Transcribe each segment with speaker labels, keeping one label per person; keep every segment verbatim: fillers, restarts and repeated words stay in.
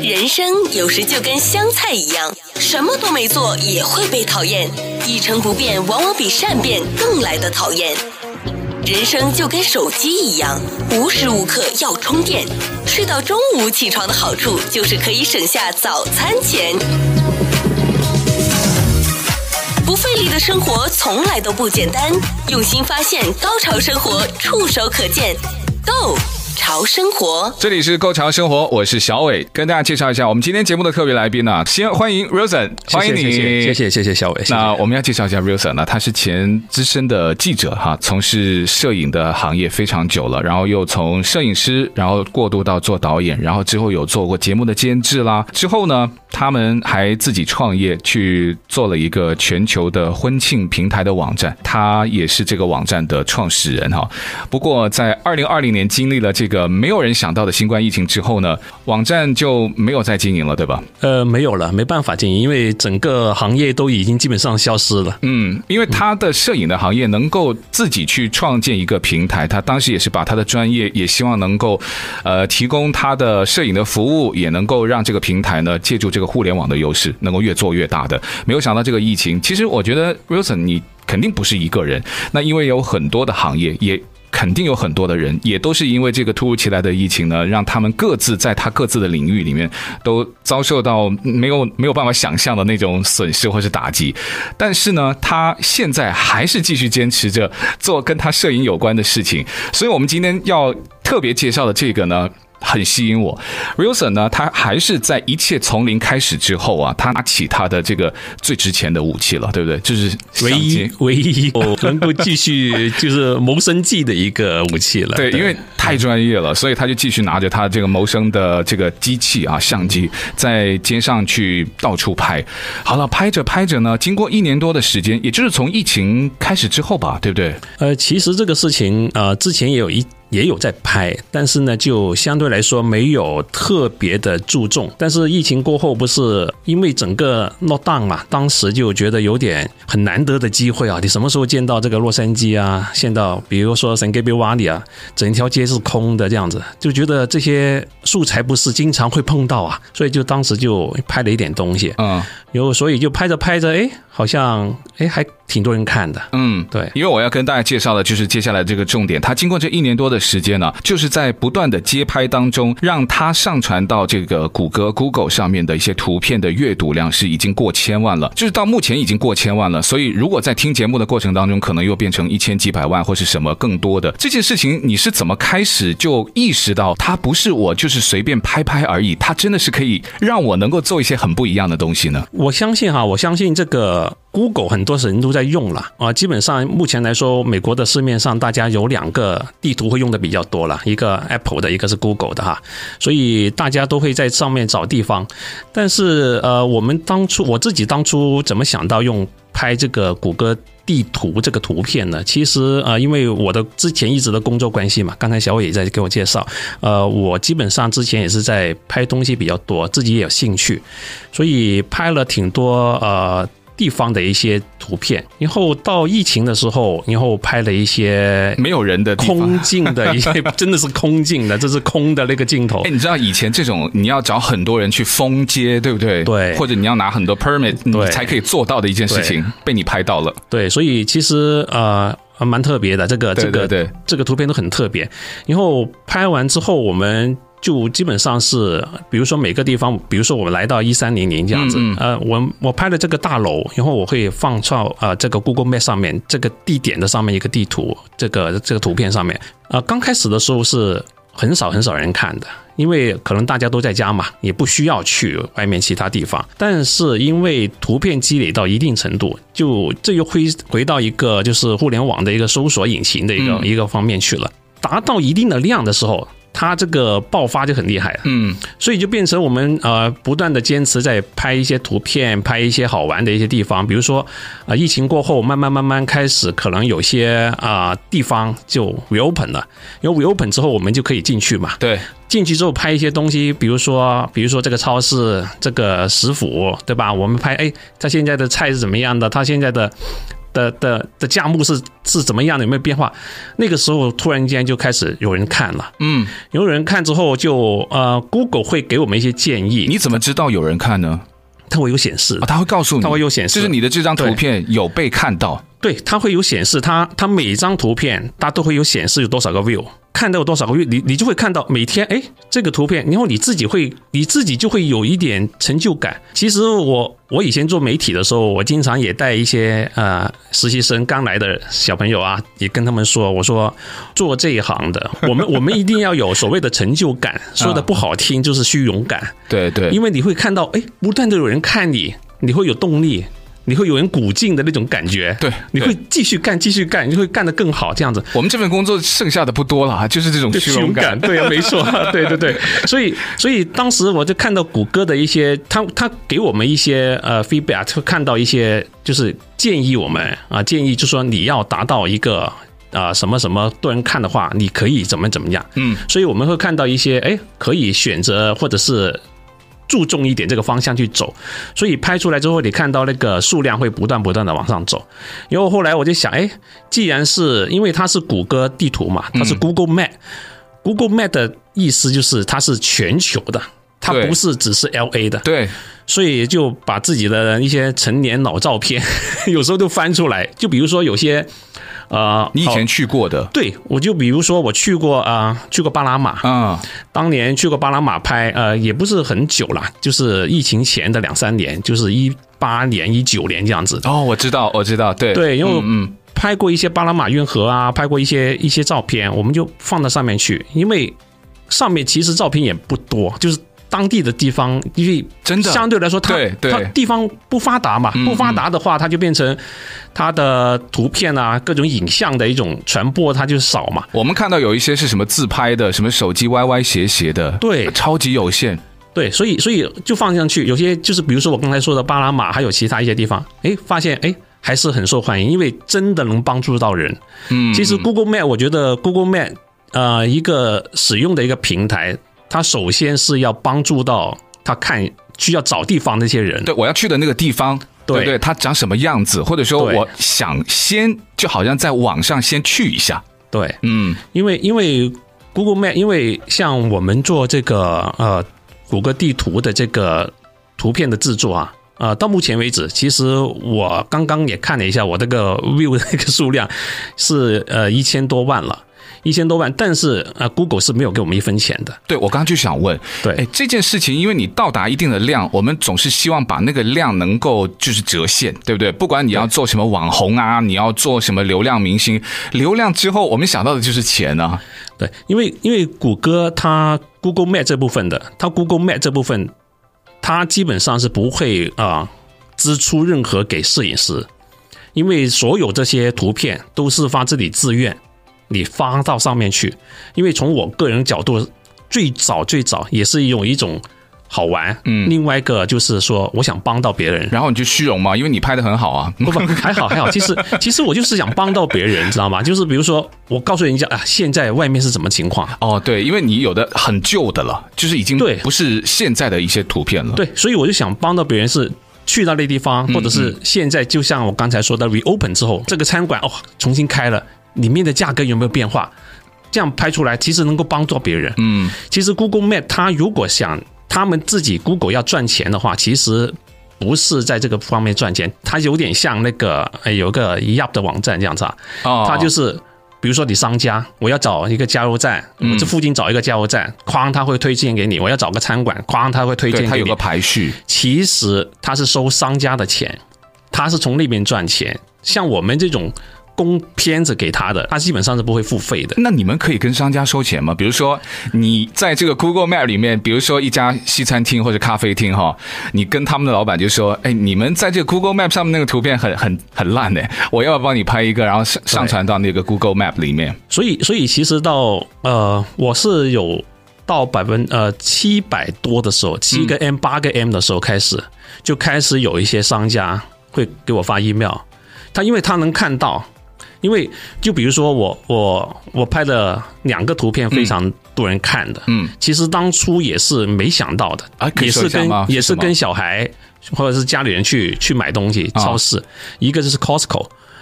Speaker 1: 人生有时就跟香菜一样，什么都没做也会被讨厌，一成不变往往比善变更来得讨厌。人生就跟手机一样，无时无刻要充电，睡到中午起床的好处就是可以省下早餐钱。不费力的生活从来都不简单，用心发现，高潮生活触手可见 Go潮生活，
Speaker 2: 这里是Go潮生活，我是小伟，跟大家介绍一下我们今天节目的特别来宾啊，先欢迎 Wilson， 欢迎你，
Speaker 3: 谢谢谢谢小伟。
Speaker 2: 那我们要介绍一下 Wilson 呢，他是前资深的记者哈，从事摄影的行业非常久了，然后又从摄影师，然后过渡到做导演，然后之后有做过节目的监制啦，之后呢，他们还自己创业去做了一个全球的婚庆平台的网站，他也是这个网站的创始人哈。不过在二零二零年经历了这个没有人想到的新冠疫情之后呢，网站就没有再经营了，对吧？
Speaker 3: 呃，没有了，没办法经营，因为整个行业都已经基本上消失了。
Speaker 2: 嗯，因为他的摄影的行业能够自己去创建一个平台，他当时也是把他的专业也希望能够呃提供他的摄影的服务，也能够让这个平台呢借助这个互联网的优势能够越做越大的。没有想到这个疫情，其实我觉得 Wilson 你肯定不是一个人，那因为有很多的行业也肯定有很多的人也都是因为这个突如其来的疫情呢，让他们各自在他各自的领域里面都遭受到没有没有办法想象的那种损失或是打击。但是呢，他现在还是继续坚持着做跟他摄影有关的事情，所以我们今天要特别介绍的这个呢很吸引我。 Wilson 呢，他还是在一切从零开始之后啊，他拿起他的这个最值钱的武器了，对不对？就是
Speaker 3: 唯一唯一能够继续就是谋生计的一个武器了。
Speaker 2: 对，因为太专业了，所以他就继续拿着他这个谋生的这个机器啊，相机在街上去到处拍。好了，拍着拍着呢，经过一年多的时间，也就是从疫情开始之后吧，对不对？
Speaker 3: 呃，其实这个事情呃之前也有一也有在拍，但是呢就相对来说没有特别的注重。但是疫情过后，不是因为整个 lockdown 嘛，当时就觉得有点很难得的机会啊，你什么时候见到这个洛杉矶啊，见到比如说 San Gabriel Valley 啊，整条街是空的这样子，就觉得这些素材不是经常会碰到啊，所以就当时就拍了一点东西。嗯，有所以就拍着拍着，哎，好像哎还挺多人看的。
Speaker 2: 嗯，对，因为我要跟大家介绍的就是接下来这个重点，他经过这一年多的时间呢，就是在不断的街拍当中，让他上传到这个谷歌 Google 上面的一些图片的阅读量是已经过千万了，就是到目前已经过千万了。所以如果在听节目的过程当中，可能又变成一千几百万或是什么更多的。这件事情你是怎么开始就意识到它不是我就是随便拍拍而已，它真的是可以让我能够做一些很不一样的东西呢？
Speaker 3: 我相信哈，我相信这个Google 很多人都在用了啊，基本上目前来说，美国的市面上大家有两个地图会用的比较多了，一个 Apple 的，一个是 Google 的哈，所以大家都会在上面找地方。但是呃，我们当初我自己当初怎么想到用拍这个谷歌地图这个图片呢？其实呃，因为我的之前一直的工作关系嘛，刚才小伟也在给我介绍，呃，我基本上之前也是在拍东西比较多，自己也有兴趣，所以拍了挺多呃。地方的一些图片，然后到疫情的时候，然后拍了一些
Speaker 2: 没有人的地方
Speaker 3: 空镜的一些，真的是空镜的，这是空的那个镜头。
Speaker 2: 哎，你知道以前这种你要找很多人去封街，对不对？
Speaker 3: 对，
Speaker 2: 或者你要拿很多 permit， 你才可以做到的一件事情，被你拍到了。
Speaker 3: 对，所以其实呃。蛮特别的，这个这个
Speaker 2: 对对对
Speaker 3: 这个图片都很特别。然后拍完之后，我们就基本上是，比如说每个地方，比如说我们来到一三零零这样子，嗯嗯呃，我我拍了这个大楼，然后我会放到呃这个 Google Map 上面这个地点的上面一个地图，这个这个图片上面，呃，刚开始的时候是很少很少人看的。因为可能大家都在家嘛，也不需要去外面其他地方。但是因为图片积累到一定程度，就这又回回到一个就是互联网的一个搜索引擎的一个、嗯、一个方面去了。达到一定的量的时候，它这个爆发就很厉害了。嗯，所以就变成我们呃不断的坚持在拍一些图片，拍一些好玩的一些地方。比如说呃疫情过后，慢慢慢慢开始，可能有些啊、呃、地方就 reopen 了，因为 reopen 之后我们就可以进去嘛。
Speaker 2: 对。
Speaker 3: 进去之后拍一些东西，比如说，比如说这个超市，这个食府，对吧？我们拍，哎，他现在的菜是怎么样的？他现在的的的的价目是是怎么样的，有没有变化？那个时候突然间就开始有人看了，
Speaker 2: 嗯，
Speaker 3: 有人看之后就呃 ，Google 会给我们一些建议。
Speaker 2: 你怎么知道有人看呢？
Speaker 3: 它会有显示，
Speaker 2: 啊，它会告诉你，
Speaker 3: 它会有显示，
Speaker 2: 就是你的这张图片有被看到。
Speaker 3: 对，它会有显示，它它每张图片它都会有显示有多少个 view， 看到有多少个 view， 你你就会看到每天，哎，这个图片，然后你自己会你自己就会有一点成就感。其实我我以前做媒体的时候，我经常也带一些呃实习生刚来的小朋友啊，也跟他们说，我说做这一行的，我们我们一定要有所谓的成就感，说的不好听就是虚荣感，
Speaker 2: 对对，
Speaker 3: 因为你会看到，哎，不断的有人看你，你会有动力。你会有人鼓劲的那种感觉，
Speaker 2: 对，
Speaker 3: 你会继续干，继续干，你会干得更好，这样子。
Speaker 2: 我们这份工作剩下的不多了，就是这种虚荣感。
Speaker 3: 对啊，没错，对对对。所以，所以当时我就看到谷歌的一些，他他给我们一些呃 feedback， 会看到一些就是建议我们啊、呃，建议就说你要达到一个啊、呃、什么什么多人看的话，你可以怎么怎么样。嗯，所以我们会看到一些，哎，可以选择或者是。注重一点这个方向去走，所以拍出来之后，你看到那个数量会不断不断的往上走。然后后来我就想，哎，既然是因为它是谷歌地图嘛，它是 Google Map，Google Map 的意思就是它是全球的，它不是只是 L A 的。
Speaker 2: 对，
Speaker 3: 所以就把自己的一些成年老照片，有时候都翻出来。就比如说有些。呃，
Speaker 2: 你以前去过的？对，
Speaker 3: 我就比如说我去过啊、呃，去过巴拿马，嗯，当年去过巴拿马拍，呃，也不是很久啦，就是疫情前的两三年，就是一八年、一九年这样子。
Speaker 2: 哦，我知道，我知道，对
Speaker 3: 对，因为嗯，拍过一些巴拿马运河啊，拍过一些一些照片，我们就放到上面去，因为上面其实照片也不多，就是。当地的地方，因为真的相对来说它，它它地方不发达嘛，不发达的话，它就变成它的图片啊，各种影像的一种传播，它就少嘛。
Speaker 2: 我们看到有一些是什么自拍的，什么手机歪歪斜斜的，
Speaker 3: 对，
Speaker 2: 超级有限。
Speaker 3: 对，所以所以就放上去，有些就是比如说我刚才说的巴拿马，还有其他一些地方，哎，发现哎还是很受欢迎，因为真的能帮助到人。嗯，其实 Google Map， 我觉得 Google Map 呃一个使用的一个平台。他首先是要帮助到他看需要找地方那些人，
Speaker 2: 对，我要去的那个地方，对不对？他长什么样子，或者说我想先就好像在网上先去一下，
Speaker 3: 对，嗯，因为因为 Google Map， 因为像我们做这个呃谷歌地图的这个图片的制作啊，呃，到目前为止，其实我刚刚也看了一下，我这个 view 的那个数量是呃一千多万了。一千多万，但是啊 ，Google 是没有给我们一分钱的。
Speaker 2: 对，我刚刚就想问，对，哎，这件事情，因为你到达一定的量，我们总是希望把那个量能够就是折现，对不对？不管你要做什么网红啊，你要做什么流量明星，流量之后，我们想到的就是钱啊。
Speaker 3: 对，因为因为谷歌它 Google Map 这部分的，它 Google Map 这部分，它基本上是不会啊、呃、支出任何给摄影师，因为所有这些图片都是发自你自愿。你发到上面去，因为从我个人角度，最早最早也是有一种好玩，嗯，另外一个就是说我想帮到别人，
Speaker 2: 然后你就虚荣嘛，因为你拍得很好啊，
Speaker 3: 不不还好还好，其实其实我就是想帮到别人，知道吗？就是比如说我告诉人家啊，现在外面是什么情况？
Speaker 2: 哦，对，因为你有的很旧的了，就是已经不是现在的一些图片了，
Speaker 3: 对，所以我就想帮到别人是。去到那地方，或者是现在，就像我刚才说的 reopen 之后，这个餐馆哦重新开了，里面的价格有没有变化？这样拍出来，其实能够帮助别人。嗯，其实 Google Map 它如果想他们自己 Google 要赚钱的话，其实不是在这个方面赚钱，它有点像那个有个 Yelp 的网站这样子啊，它就是。比如说你商家，我要找一个加油站，我这附近找一个加油站，哐，他会推荐给你；我要找个餐馆，哐，他会推荐给你。
Speaker 2: 它有个排序。
Speaker 3: 其实他是收商家的钱，他是从那边赚钱。像我们这种供片子给他的，他基本上是不会付费的。
Speaker 2: 那你们可以跟商家收钱吗？比如说你在这个 Google Map 里面，比如说一家西餐厅或者咖啡厅哈，你跟他们的老板就说，哎，你们在这个 Google Map 上面那个图片很很很烂的，我要不要帮你拍一个，然后上上传到那个 Google Map 里面？
Speaker 3: 所以所以其实到呃，我是有到百分呃七百多的时候，七个 M 八个 M 的时候开始，就开始有一些商家会给我发 email， 他因为他能看到。因为就比如说我我我拍的两个图片非常多人看的，嗯，其实当初也是没想到的，
Speaker 2: 啊，
Speaker 3: 也是跟也是跟小孩或者是家里人去去买东西，超市，一个就是 Costco，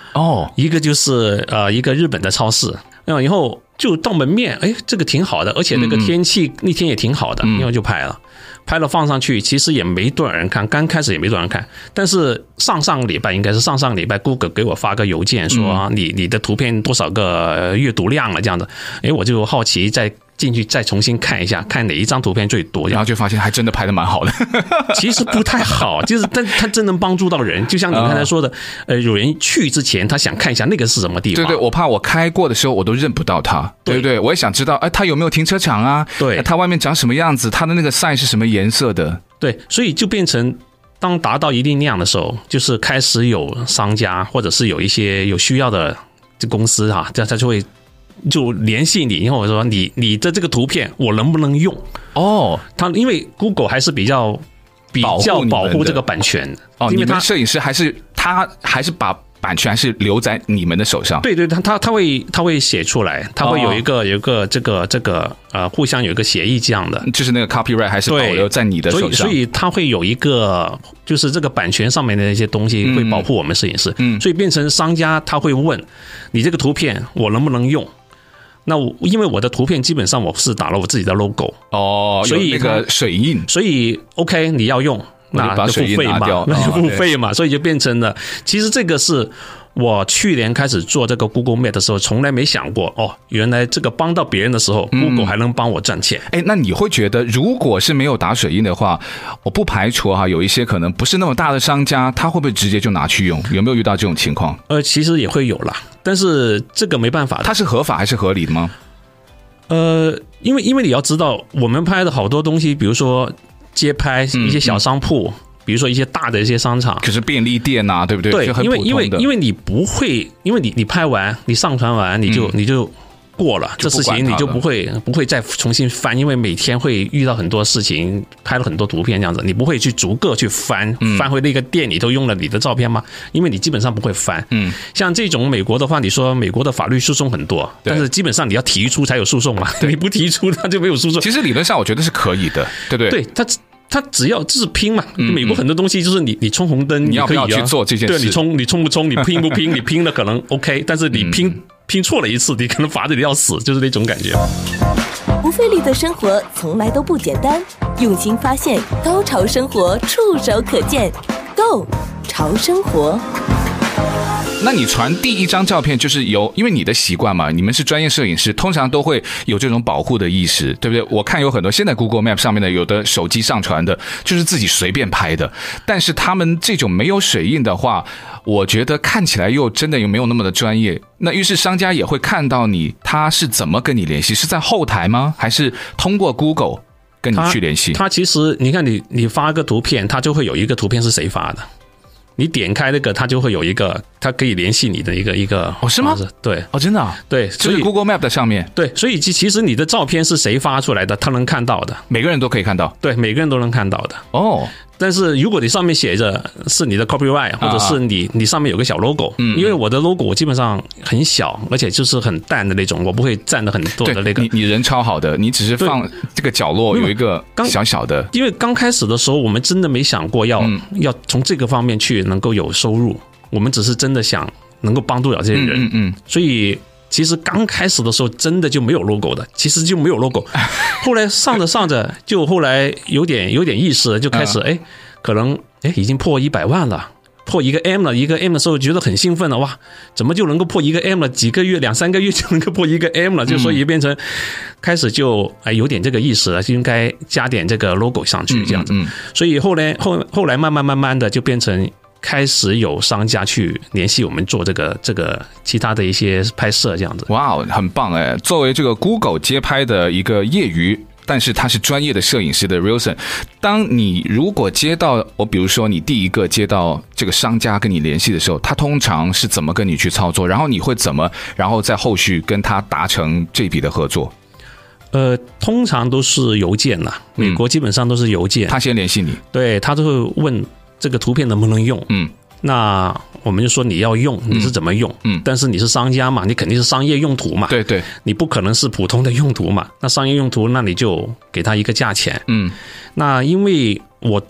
Speaker 2: 哦，
Speaker 3: 一个就是呃一个日本的超市，然后就到门面，哎，这个挺好的，而且那个天气那天也挺好的，然后就拍了。拍了放上去，其实也没多少人看，刚开始也没多少人看。但是上上个礼拜，应该是上上个礼拜 ，Google 给我发个邮件说，啊、你你的图片多少个阅读量了这样的，哎，我就好奇再进去再重新看一下，看哪一张图片最多，
Speaker 2: 然后就发现还真的拍得蛮好的。
Speaker 3: 其实不太好，就是但它真能帮助到人，就像你刚才说的，呃，有人去之前他想看一下那个是什么地方。
Speaker 2: 对对，我怕我开过的时候我都认不到它，对不对？我也想知道，哎，它有没有停车场啊？
Speaker 3: 对，
Speaker 2: 它外面长什么样子？它的那个 sign 是什么颜色的？
Speaker 3: 对，所以就变成当达到一定量的时候，就是开始有商家或者是有一些有需要的这公司哈、啊，这他就会就联系你，然后我说你你的这个图片我能不能用？哦，他因为 Google 还是比较比较保护这个版权
Speaker 2: 哦，
Speaker 3: 因为
Speaker 2: 你们摄影师还是他还是把版权还是留在你们的手上。
Speaker 3: 对对，他他他会他会写出来，他会有一个、哦、有一个这个这个呃互相有一个协议这样的，
Speaker 2: 就是那个 copyright 还是保留在你的手上。
Speaker 3: 所以所以他会有一个就是这个版权上面的一些东西会保护我们摄影师。嗯，所以变成商家他会问你这个图片我能不能用？那我因为我的图片基本上我是打了我自己的 logo
Speaker 2: 哦，所以那个水印，
Speaker 3: 所以 OK 你要用。那就付费嘛，那就付费嘛，所以就变成了。其实这个是我去年开始做这个 Google Map 的时候，从来没想过哦，原来这个帮到别人的时候、嗯、，Google 还能帮我赚钱。
Speaker 2: 哎，那你会觉得，如果是没有打水印的话，我不排除哈，有一些可能不是那么大的商家，他会不会直接就拿去用？有没有遇到这种情况？
Speaker 3: 呃，其实也会有啦，但是这个没办法，
Speaker 2: 它是合法还是合理的吗？
Speaker 3: 呃，因为因为你要知道，我们拍的好多东西，比如说街拍一些小商铺。嗯嗯比如说一些大的一些商场，
Speaker 2: 可是便利店啊，对不对？
Speaker 3: 对，因为因为因为你不会，因为你你拍完，你上传完，你就、嗯、你就过了，这事情你就不会不会再重新翻，因为每天会遇到很多事情，拍了很多图片这样子，你不会去逐个去翻、嗯、翻回那个店里头用了你的照片吗？因为你基本上不会翻。嗯，像这种美国的话，你说美国的法律诉讼很多，但是基本上你要提出才有诉讼嘛，你不提出它就没有诉讼。
Speaker 2: 其实理论上我觉得是可以的，对不对？
Speaker 3: 对，它。他只要就是拼嘛，美国很多东西就是你你冲红灯，
Speaker 2: 你要不要去做这件事？
Speaker 3: 对，你冲你冲不冲，你拼不拼，你拼了可能 OK， 但是你拼、嗯、拼错了一次，你可能罚的你要死，就是那种感觉。
Speaker 1: 不费力的生活从来都不简单，用心发现，高潮生活触手可见 ，Go 潮生活。
Speaker 2: 那你传第一张照片就是有，因为你的习惯嘛，你们是专业摄影师，通常都会有这种保护的意识，对不对？我看有很多现在 Google Map 上面的有的手机上传的，就是自己随便拍的，但是他们这种没有水印的话，我觉得看起来又真的又没有那么的专业。那于是商家也会看到你，他是怎么跟你联系？是在后台吗？还是通过 Google 跟你去联系？
Speaker 3: 他, 他其实你看你你发个图片，他就会有一个图片是谁发的。你点开那个，它就会有一个，它可以联系你的一个一个
Speaker 2: 哦，是吗？
Speaker 3: 对，
Speaker 2: 哦，真的啊，
Speaker 3: 对，
Speaker 2: 所以 Google Map 的上面，
Speaker 3: 对，所以其实你的照片是谁发出来的，他能看到的，
Speaker 2: 每个人都可以看到，
Speaker 3: 对，每个人都能看到的。哦，但是如果你上面写着是你的 copyright， 或者是你你上面有个小 logo，嗯，因为我的 logo 我基本上很小，而且就是很淡的那种，我不会占的很多的那个。
Speaker 2: 你你人超好的，你只是放这个角落有一个小小的。
Speaker 3: 因为刚开始的时候，我们真的没想过要、嗯、要从这个方面去能够有收入，我们只是真的想能够帮助了这些人，嗯嗯嗯，所以。其实刚开始的时候真的就没有 logo 的，其实就没有 logo。后来上着上着，就后来有点有点意识，就开始哎，可能哎已经破一百万了，破一个 M 了，一个 M 的时候觉得很兴奋了，哇，怎么就能够破一个 M 了？几个月两三个月就能够破一个 M 了，就所以变成开始就哎有点这个意识了，就应该加点这个 logo 上去这样子。所以后来后后来慢慢慢慢的就变成。开始有商家去联系我们做这个这个其他的一些拍摄这样子。
Speaker 2: 哇，很棒哎！作为这个 Google 街拍的一个业余，但是他是专业的摄影师的 Wilson， 当你如果接到我比如说你第一个接到这个商家跟你联系的时候，他通常是怎么跟你去操作？然后你会怎么，然后在后续跟他达成这笔的合作？
Speaker 3: 呃，通常都是邮件啦，美国基本上都是邮件。嗯、
Speaker 2: 他先联系你，
Speaker 3: 对，他就会问。这个图片能不能用？嗯，那我们就说你要用，你是怎么用？嗯，但是你是商家嘛，你肯定是商业用途嘛，
Speaker 2: 对对，
Speaker 3: 你不可能是普通的用途嘛。那商业用途，那你就给他一个价钱。嗯，那因为我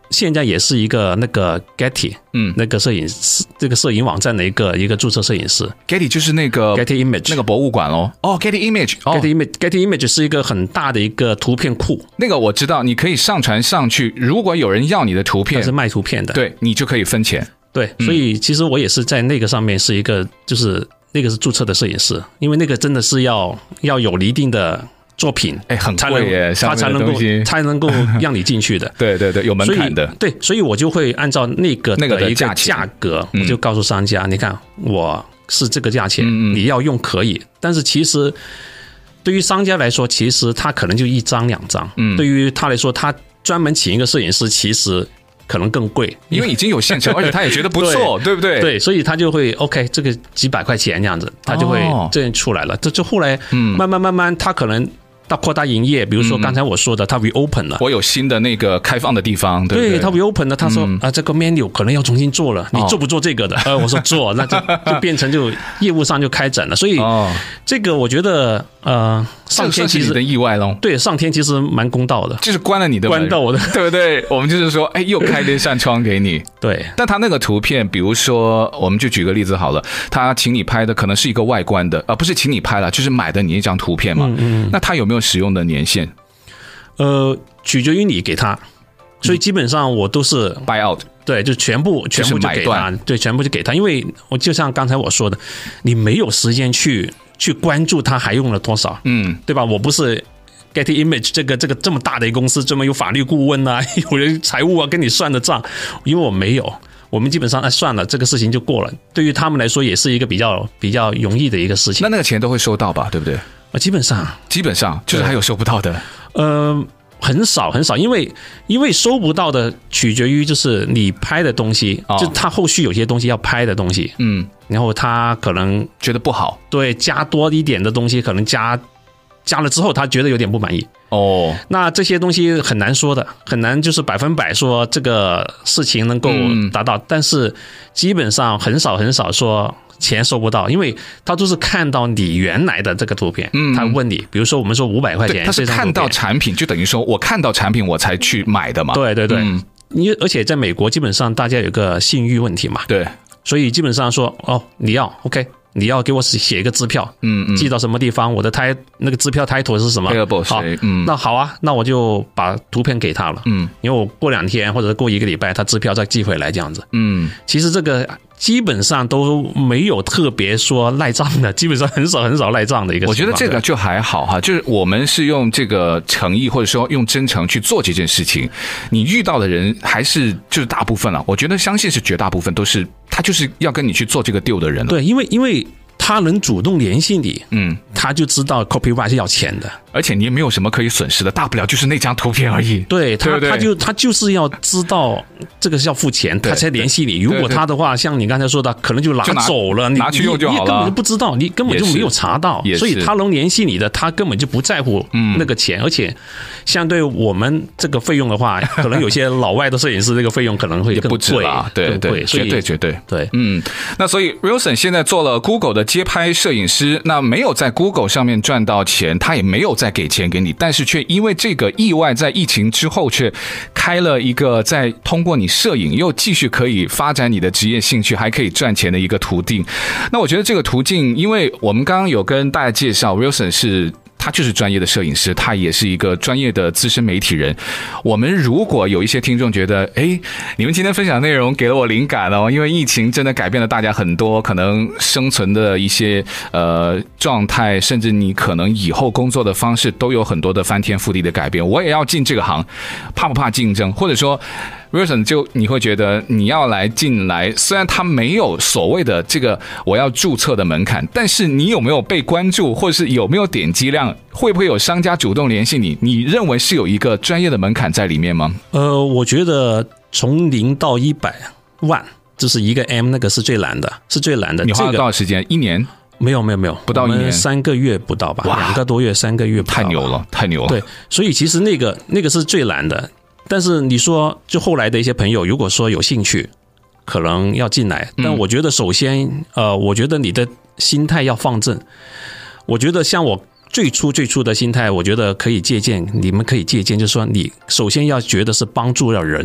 Speaker 3: 现在也是一个那个 Getty，
Speaker 2: 嗯，
Speaker 3: 那个摄影师，这个摄影网站的一个一个注册摄影师。
Speaker 2: Getty 就是那个
Speaker 3: Getty Image
Speaker 2: 那个博物馆咯。哦 ，Getty Image， 哦
Speaker 3: Getty Image Getty Image 是一个很大的一个图片库。
Speaker 2: 那个我知道，你可以上传上去，如果有人要你的图片，
Speaker 3: 它是卖图片的，
Speaker 2: 对你就可以分钱。
Speaker 3: 对，所以其实我也是在那个上面是一个，就是那个是注册的摄影师，因为那个真的是要要有一定的作品，
Speaker 2: 哎，很贵耶，
Speaker 3: 他才能够才能够让你进去的。
Speaker 2: 对对对，有门槛的。
Speaker 3: 对，所以我就会按照那个的一个价格，我就告诉商家，你看我是这个价钱，你要用可以，但是其实对于商家来说，其实他可能就一张两张，对于他来说，他专门请一个摄影师，其实可能更贵，
Speaker 2: 因为已经有现成，而且他也觉得不错， 对, 对不对？
Speaker 3: 对，所以他就会 OK， 这个几百块钱这样子，他就会这样出来了。这就后来慢慢慢慢，他可能到扩大营业，比如说刚才我说的，他 reopen 了，
Speaker 2: 我有新的那个开放的地方，对不对？
Speaker 3: 对，他 reopen 了，他说、嗯、啊，这个 menu 可能要重新做了，你做不做这个的？呃，我说做，那就就变成就业务上就开展了。所以这个我觉得呃。上天其实
Speaker 2: 你的意外咯，
Speaker 3: 对，上天其实蛮公道的，
Speaker 2: 就是关了你的门，
Speaker 3: 关到我的，
Speaker 2: 对不对？我们就是说，哎，又开了一扇窗给你。
Speaker 3: 对，
Speaker 2: 但他那个图片，比如说，我们就举个例子好了，他请你拍的可能是一个外观的，而、呃、不是请你拍了，就是买的你一张图片嘛。嗯嗯。那他有没有使用的年限？
Speaker 3: 呃，取决于你给他，所以基本上我都是
Speaker 2: buy out。
Speaker 3: 对，就全部全部就给他，对，全部就给他，因为我就像刚才我说的，你没有时间去。去关注他还用了多少，嗯，对吧？我不是 Getty Image 这个这个这么大的一个公司，专门有法律顾问啊，有人财务啊跟你算的账，因为我没有，我们基本上哎算了，这个事情就过了。对于他们来说，也是一个比较比较容易的一个事情。
Speaker 2: 那那个钱都会收到吧？对不对？
Speaker 3: 啊，基本上
Speaker 2: 基本上就是还有收不到的，
Speaker 3: 呃。很少很少，因为因为收不到的取决于就是你拍的东西，哦、就他后续有些东西要拍的东西，嗯，然后他可能
Speaker 2: 觉得不好，
Speaker 3: 对，加多一点的东西，可能加加了之后他觉得有点不满意，哦，那这些东西很难说的，很难就是百分百说这个事情能够达到，嗯、但是基本上很少很少说。钱收不到，因为他都是看到你原来的这个图片，嗯，他问你，比如说我们说五百块钱，
Speaker 2: 他是看到产品，就等于说我看到产品我才去买的嘛。
Speaker 3: 对对对，嗯、因为而且在美国基本上大家有个信誉问题嘛，
Speaker 2: 对，
Speaker 3: 所以基本上说哦，你要 OK， 你要给我写一个支票，嗯嗯，寄到什么地方，我的胎那个支票 title 是什么？好，嗯，那好啊，那我就把图片给他了，嗯，因为我过两天或者过一个礼拜，他支票再寄回来这样子，嗯，其实这个。基本上都没有特别说赖账的，基本上很少很少赖账的一个情况。
Speaker 2: 我觉得这个就还好哈，就是我们是用这个诚意或者说用真诚去做这件事情，你遇到的人还是就是大部分了，我觉得相信是绝大部分都是他就是要跟你去做这个 deal 的人了。
Speaker 3: 对，因为因为他能主动联系你，嗯，他就知道 copyright 是要钱的，
Speaker 2: 而且你也没有什么可以损失的，大不了就是那张图片而已。
Speaker 3: 对他，
Speaker 2: 对对
Speaker 3: 他就他就是要知道这个是要付钱，他才联系你。如果他的话，像你刚才说的，可能就拿走了，
Speaker 2: 你拿去用就好了，
Speaker 3: 你根本就不知道，你根本就没有查到，所以他能联系你的，他根本就不在乎那个钱，嗯、而且相对我们这个费用的话，可能有些老外的摄影师这个费用可能会更贵，
Speaker 2: 对对，绝对绝对
Speaker 3: 对，
Speaker 2: 嗯。那所以 Wilson 现在做了 Google 的街拍摄影师，那没有在 Google 上面赚到钱，他也没有再给钱给你，但是却因为这个意外，在疫情之后却开了一个在通过你摄影又继续可以发展你的职业兴趣，还可以赚钱的一个途径。那我觉得这个途径，因为我们刚刚有跟大家介绍 Wilson 是他就是专业的摄影师，他也是一个专业的资深媒体人。我们如果有一些听众觉得，哎，你们今天分享的内容给了我灵感哦，因为疫情真的改变了大家很多可能生存的一些呃状态，甚至你可能以后工作的方式都有很多的翻天覆地的改变。我也要进这个行，怕不怕竞争？或者说Wilson 就你会觉得你要来进来，虽然他没有所谓的这个我要注册的门槛，但是你有没有被关注，或者是有没有点击量，会不会有商家主动联系你？你认为是有一个专业的门槛在里面吗？
Speaker 3: 呃，我觉得从零到一百万，就是一个 M 那个是最难的，是最难的。
Speaker 2: 你花了多少时间？一年？
Speaker 3: 没有没有没有，
Speaker 2: 不到一年，
Speaker 3: 三个月不到吧？两个多月，三个月不到。
Speaker 2: 太牛了，太牛了。
Speaker 3: 对，所以其实那个那个是最难的。但是你说，就后来的一些朋友，如果说有兴趣，可能要进来，但我觉得首先，呃，我觉得你的心态要放正。我觉得像我最初最初的心态，我觉得可以借鉴，你们可以借鉴，就是说你首先要觉得是帮助了人，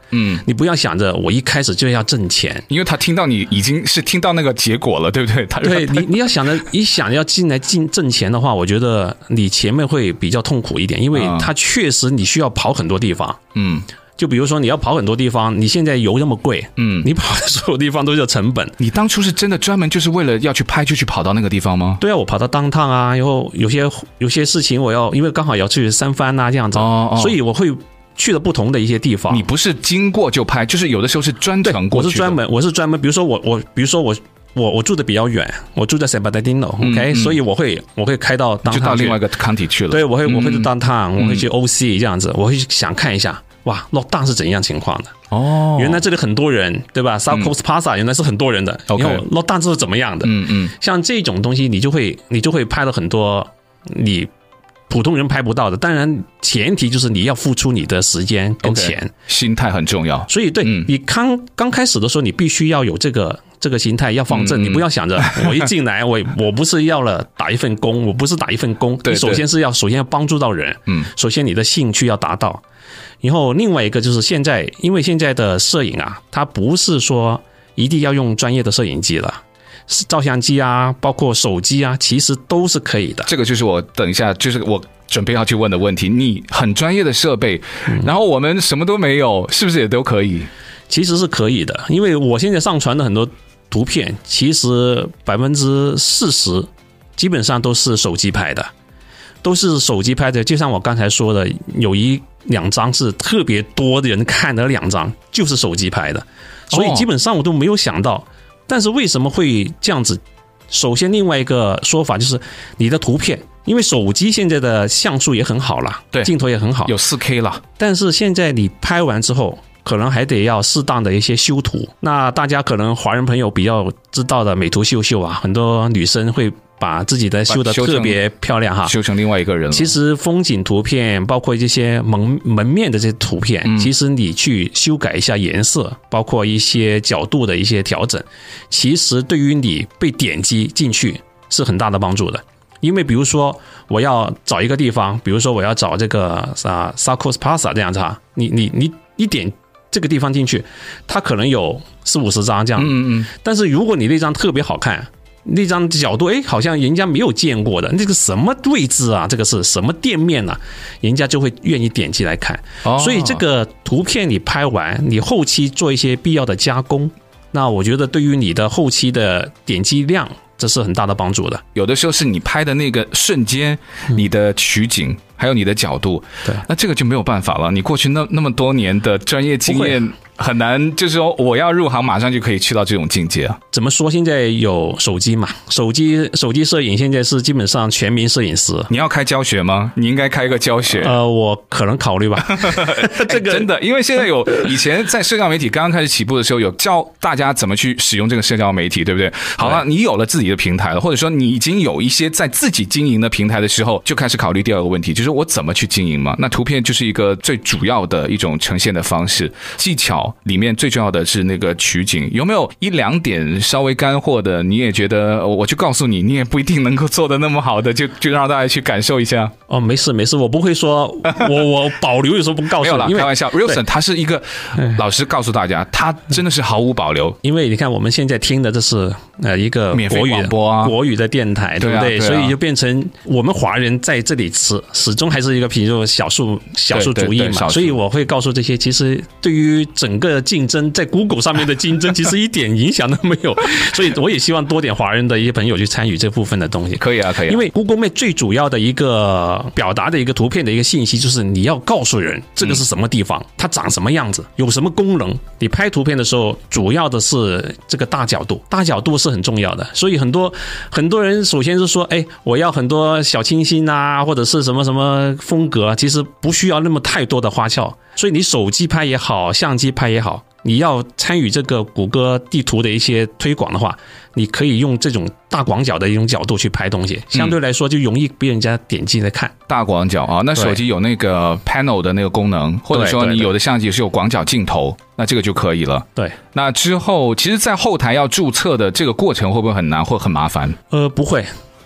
Speaker 3: 嗯，你不要想着我一开始就要挣钱，
Speaker 2: 因为他听到你已经是听到那个结果了，对不对？他
Speaker 3: 对你你要想着一想要进来进挣钱的话，我觉得你前面会比较痛苦一点，因为它确实你需要跑很多地方，嗯。就比如说你要跑很多地方，你现在油那么贵，嗯，你跑的所有地方都是成本。
Speaker 2: 你当初是真的专门就是为了要去拍就去跑到那个地方吗？
Speaker 3: 对啊，我跑到当趟啊，然后有些有些事情我要，因为刚好要去三藩啊这样子，哦哦，所以我会去了不同的一些地方。
Speaker 2: 你不是经过就拍，就是有的时候是专程过去的。
Speaker 3: 我是专门，我是专门，比如说我我比如说我。我我住的比较远，我住在 San Bernardino，OK，、okay? 嗯嗯、所以我会我会开到当趟
Speaker 2: 就到另外一个 county 去了。
Speaker 3: 对，我会我会去当趟，我会去 O C 这样子，我会想看一下，哇 ，lockdown 是怎样情况的？哦，原来这里很多人，对吧 ？South Coast Plaza 原来是很多人的，然后 lockdown 是怎么样的？嗯嗯，像这种东西，你就会你就会拍了很多你普通人拍不到的。当然，前提就是你要付出你的时间跟钱，
Speaker 2: okay, 心态很重要。
Speaker 3: 所以对、嗯、你刚刚开始的时候，你必须要有这个。这个心态要放正，嗯、你不要想着我一进来，我我不是要了打一份工，我不是打一份工，
Speaker 2: 对对，
Speaker 3: 你首先是要首先要帮助到人，嗯，首先你的兴趣要达到，然后另外一个就是现在，因为现在的摄影啊，它不是说一定要用专业的摄影机了。照相机啊，包括手机啊，其实都是可以的。
Speaker 2: 这个就是我等一下就是我准备要去问的问题。你很专业的设备，嗯、然后我们什么都没有，是不是也都可以？
Speaker 3: 其实是可以的，因为我现在上传的很多图片，其实百分之四十基本上都是手机拍的，都是手机拍的。就像我刚才说的，有一两张是特别多的人看的两张，就是手机拍的，所以基本上我都没有想到。哦，但是为什么会这样子？首先，另外一个说法就是你的图片，因为手机现在的像素也很好了，
Speaker 2: 对，
Speaker 3: 镜头也很好，
Speaker 2: 有 四 K 了。但
Speaker 3: 是现在你拍完之后，可能还得要适当的一些修图。那大家可能华人朋友比较知道的美图秀秀啊，很多女生会把自己的修得特别漂亮哈，
Speaker 2: 修成另外一个人了。
Speaker 3: 其实风景图片，包括这些门门面的这些图片，嗯、其实你去修改一下颜色，包括一些角度的一些调整，其实对于你被点击进去是很大的帮助的。因为比如说我要找一个地方，比如说我要找这个啊 South Coast Plaza 这样子哈，你你你你点这个地方进去，它可能有四五十张这样，嗯嗯，但是如果你那张特别好看。那张角度，哎，好像人家没有见过的，那个什么位置啊？这个是什么店面啊？人家就会愿意点击来看。哦、所以这个图片你拍完，你后期做一些必要的加工，那我觉得对于你的后期的点击量，这是很大的帮助的。
Speaker 2: 有的时候是你拍的那个瞬间，你的取景。嗯，还有你的角度，对，那这个就没有办法了。你过去那那么多年的专业经验，很难，就是说我要入行，马上就可以去到这种境界啊。
Speaker 3: 怎么说？现在有手机嘛？手机手机摄影现在是基本上全民摄影师。
Speaker 2: 你要开教学吗？你应该开一个教学。
Speaker 3: 呃，我可能考虑吧。
Speaker 2: 这个、哎、真的，因为现在有以前在社交媒体刚刚开始起步的时候，有教大家怎么去使用这个社交媒体，对不对？好了，你有了自己的平台了，或者说你已经有一些在自己经营的平台的时候，就开始考虑第二个问题，就是我怎么去经营嘛？那图片就是一个最主要的一种呈现的方式，技巧里面最重要的是那个取景。有没有一两点稍微干货的？你也觉得我就告诉你，你也不一定能够做得那么好的，就就让大家去感受一下。
Speaker 3: 哦，没事没事，我不会说我我保留有时候不告诉你，
Speaker 2: 没有啦，开玩笑。Wilson 他是一个老师，告诉大家，他真的是毫无保留。
Speaker 3: 因为你看我们现在听的这是呃一个
Speaker 2: 免费广播啊，
Speaker 3: 国语的电台，对不对？对啊对啊，所以就变成我们华人在这里始始终还是一个比如少数少数主义嘛，对对对，所以我会告诉这些，其实对于整个竞争，在 Google 上面的竞争，其实一点影响都没有。所以我也希望多点华人的一些朋友去参与这部分的东西。
Speaker 2: 可以啊，可以啊。
Speaker 3: 因为 Google Map 最主要的一个表达的一个图片的一个信息，就是你要告诉人这个是什么地方，嗯、它长什么样子，有什么功能。你拍图片的时候，主要的是这个大角度，大角度是很重要的。所以很多很多人首先是说，哎，我要很多小清新啊，或者是什么什么风格，其实不需要那么太多的花俏。所以你手机拍也好，相机拍也好，你要参与这个谷歌地图的一些推广的话，你可以用这种大广角的一种角度去拍东西，相对来说就容易被人家点击来看。
Speaker 2: 大广角啊，那手机有那个 panel 的那个功能，或者说你有的相机是有广角镜头，那这个就可以了。
Speaker 3: 对，
Speaker 2: 那之后其实在后台要注册的这个过程会不会很难或很麻烦？
Speaker 3: 呃，不会。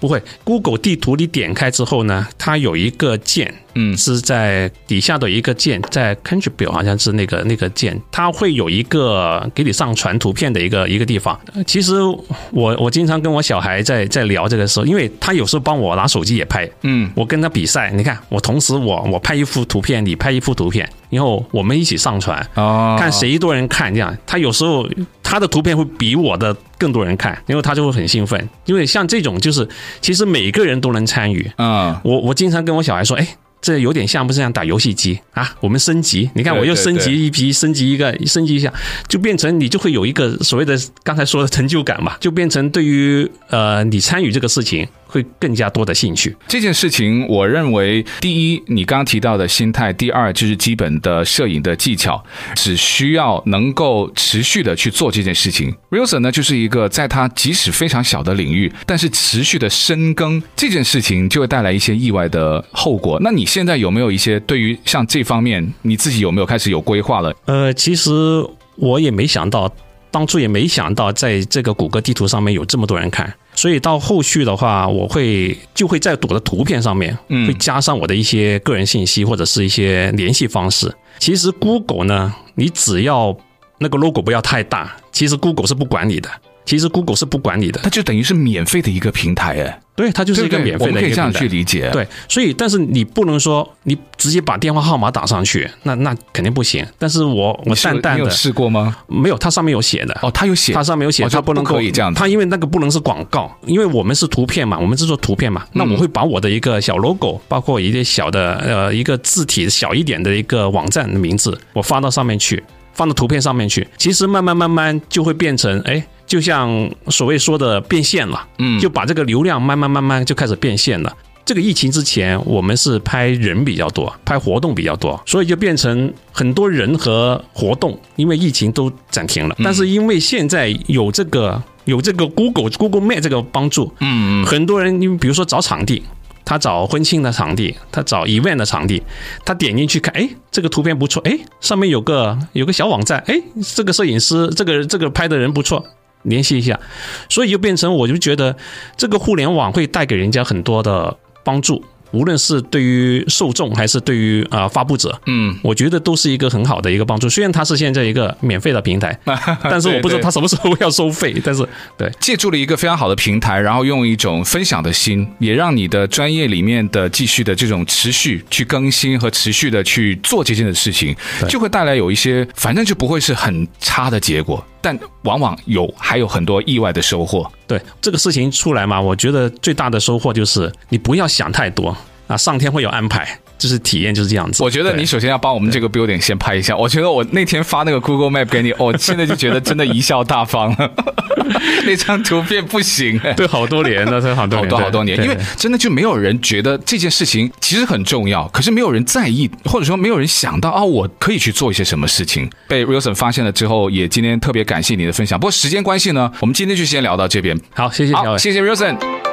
Speaker 3: 不会 ，Google 地图你点开之后呢，它有一个键，
Speaker 2: 嗯，
Speaker 3: 是在底下的一个键，在 Contribute 好像是那个那个键，它会有一个给你上传图片的一个一个地方。其实我我经常跟我小孩在在聊这个时候，因为他有时候帮我拿手机也拍，嗯，我跟他比赛，你看我同时我我拍一幅图片，你拍一幅图片，然后我们一起上传，哦，看谁多人看，这样他有时候他的图片会比我的更多人看，然后他就会很兴奋，因为像这种就是其实每个人都能参与，嗯，我我经常跟我小孩说，哎。这有点像不是像打游戏机啊？我们升级，你看我又升级一批，升级一个，升级一下，就变成你就会有一个所谓的刚才说的成就感嘛，就变成对于呃你参与这个事情会更加多的兴趣。
Speaker 2: 这件事情，我认为第一，你刚刚提到的心态；第二，就是基本的摄影的技巧，只需要能够持续的去做这件事情。Wilson 呢，就是一个在他即使非常小的领域，但是持续的深耕这件事情，就会带来一些意外的后果。那你现在有没有一些对于像这方面，你自己有没有开始有规划了？
Speaker 3: 呃，其实我也没想到。当初也没想到在这个谷歌地图上面有这么多人看，所以到后续的话，我会就会在我的图片上面会加上我的一些个人信息或者是一些联系方式。其实 Google 呢，你只要那个 logo 不要太大，其实 Google 是不管你的。其实 Google 是不管你的，
Speaker 2: 它就等于是免费的一个平台哎。
Speaker 3: 对，它就是一个免费的一个平台，我们
Speaker 2: 可以这样去理解。
Speaker 3: 对，所以但是你不能说你直接把电话号码打上去，那那肯定不行。但是我我淡淡的，
Speaker 2: 你有试过吗？
Speaker 3: 没有，它上面有写的。
Speaker 2: 哦，它有写，
Speaker 3: 它上面有写，它不能够
Speaker 2: 可以这样。
Speaker 3: 它因为那个不能是广告，因为我们是图片嘛，我们是做图片嘛。那我会把我的一个小 logo， 包括一些小的呃一个字体小一点的一个网站的名字，我发到上面去。放到图片上面去，其实慢慢慢慢就会变成，哎，就像所谓说的变现了，嗯，就把这个流量慢慢慢慢就开始变现了。这个疫情之前，我们是拍人比较多，拍活动比较多，所以就变成很多人和活动，因为疫情都暂停了。但是因为现在有这个有这个 Google Google Map 这个帮助，嗯嗯，很多人因为比如说找场地。他找婚庆的场地，他找 event 的场地，他点进去看，哎，这个图片不错，哎，上面有个有个小网站，哎，这个摄影师，这个这个拍的人不错，联系一下，所以就变成我就觉得这个互联网会带给人家很多的帮助。无论是对于受众还是对于啊、呃、发布者，嗯，我觉得都是一个很好的一个帮助。虽然它是现在一个免费的平台，但是我不知道它什么时候要收费。但是对，
Speaker 2: 借助了一个非常好的平台，然后用一种分享的心，也让你的专业里面的继续的这种持续去更新和持续的去做这件的事情，就会带来有一些，反正就不会是很差的结果。但往往有还有很多意外的收获。
Speaker 3: 对这个事情出来嘛，我觉得最大的收获就是你不要想太多啊，上天会有安排。就是体验就是这样子。
Speaker 2: 我觉得你首先要帮我们这个 building 先拍一下。我觉得我那天发那个 Google Map 给你，我、哦、现在就觉得真的贻笑大方了。那张图片不行、欸，
Speaker 3: 对，好多年了，对，好多年，
Speaker 2: 好多好多年，因为真的就没有人觉得这件事情其实很重要，可是没有人在意，或者说没有人想到啊，我可以去做一些什么事情。被 Wilson 发现了之后，也今天特别感谢你的分享。不过时间关系呢，我们今天就先聊到这边。
Speaker 3: 好，谢谢，
Speaker 2: 好，谢谢 Wilson。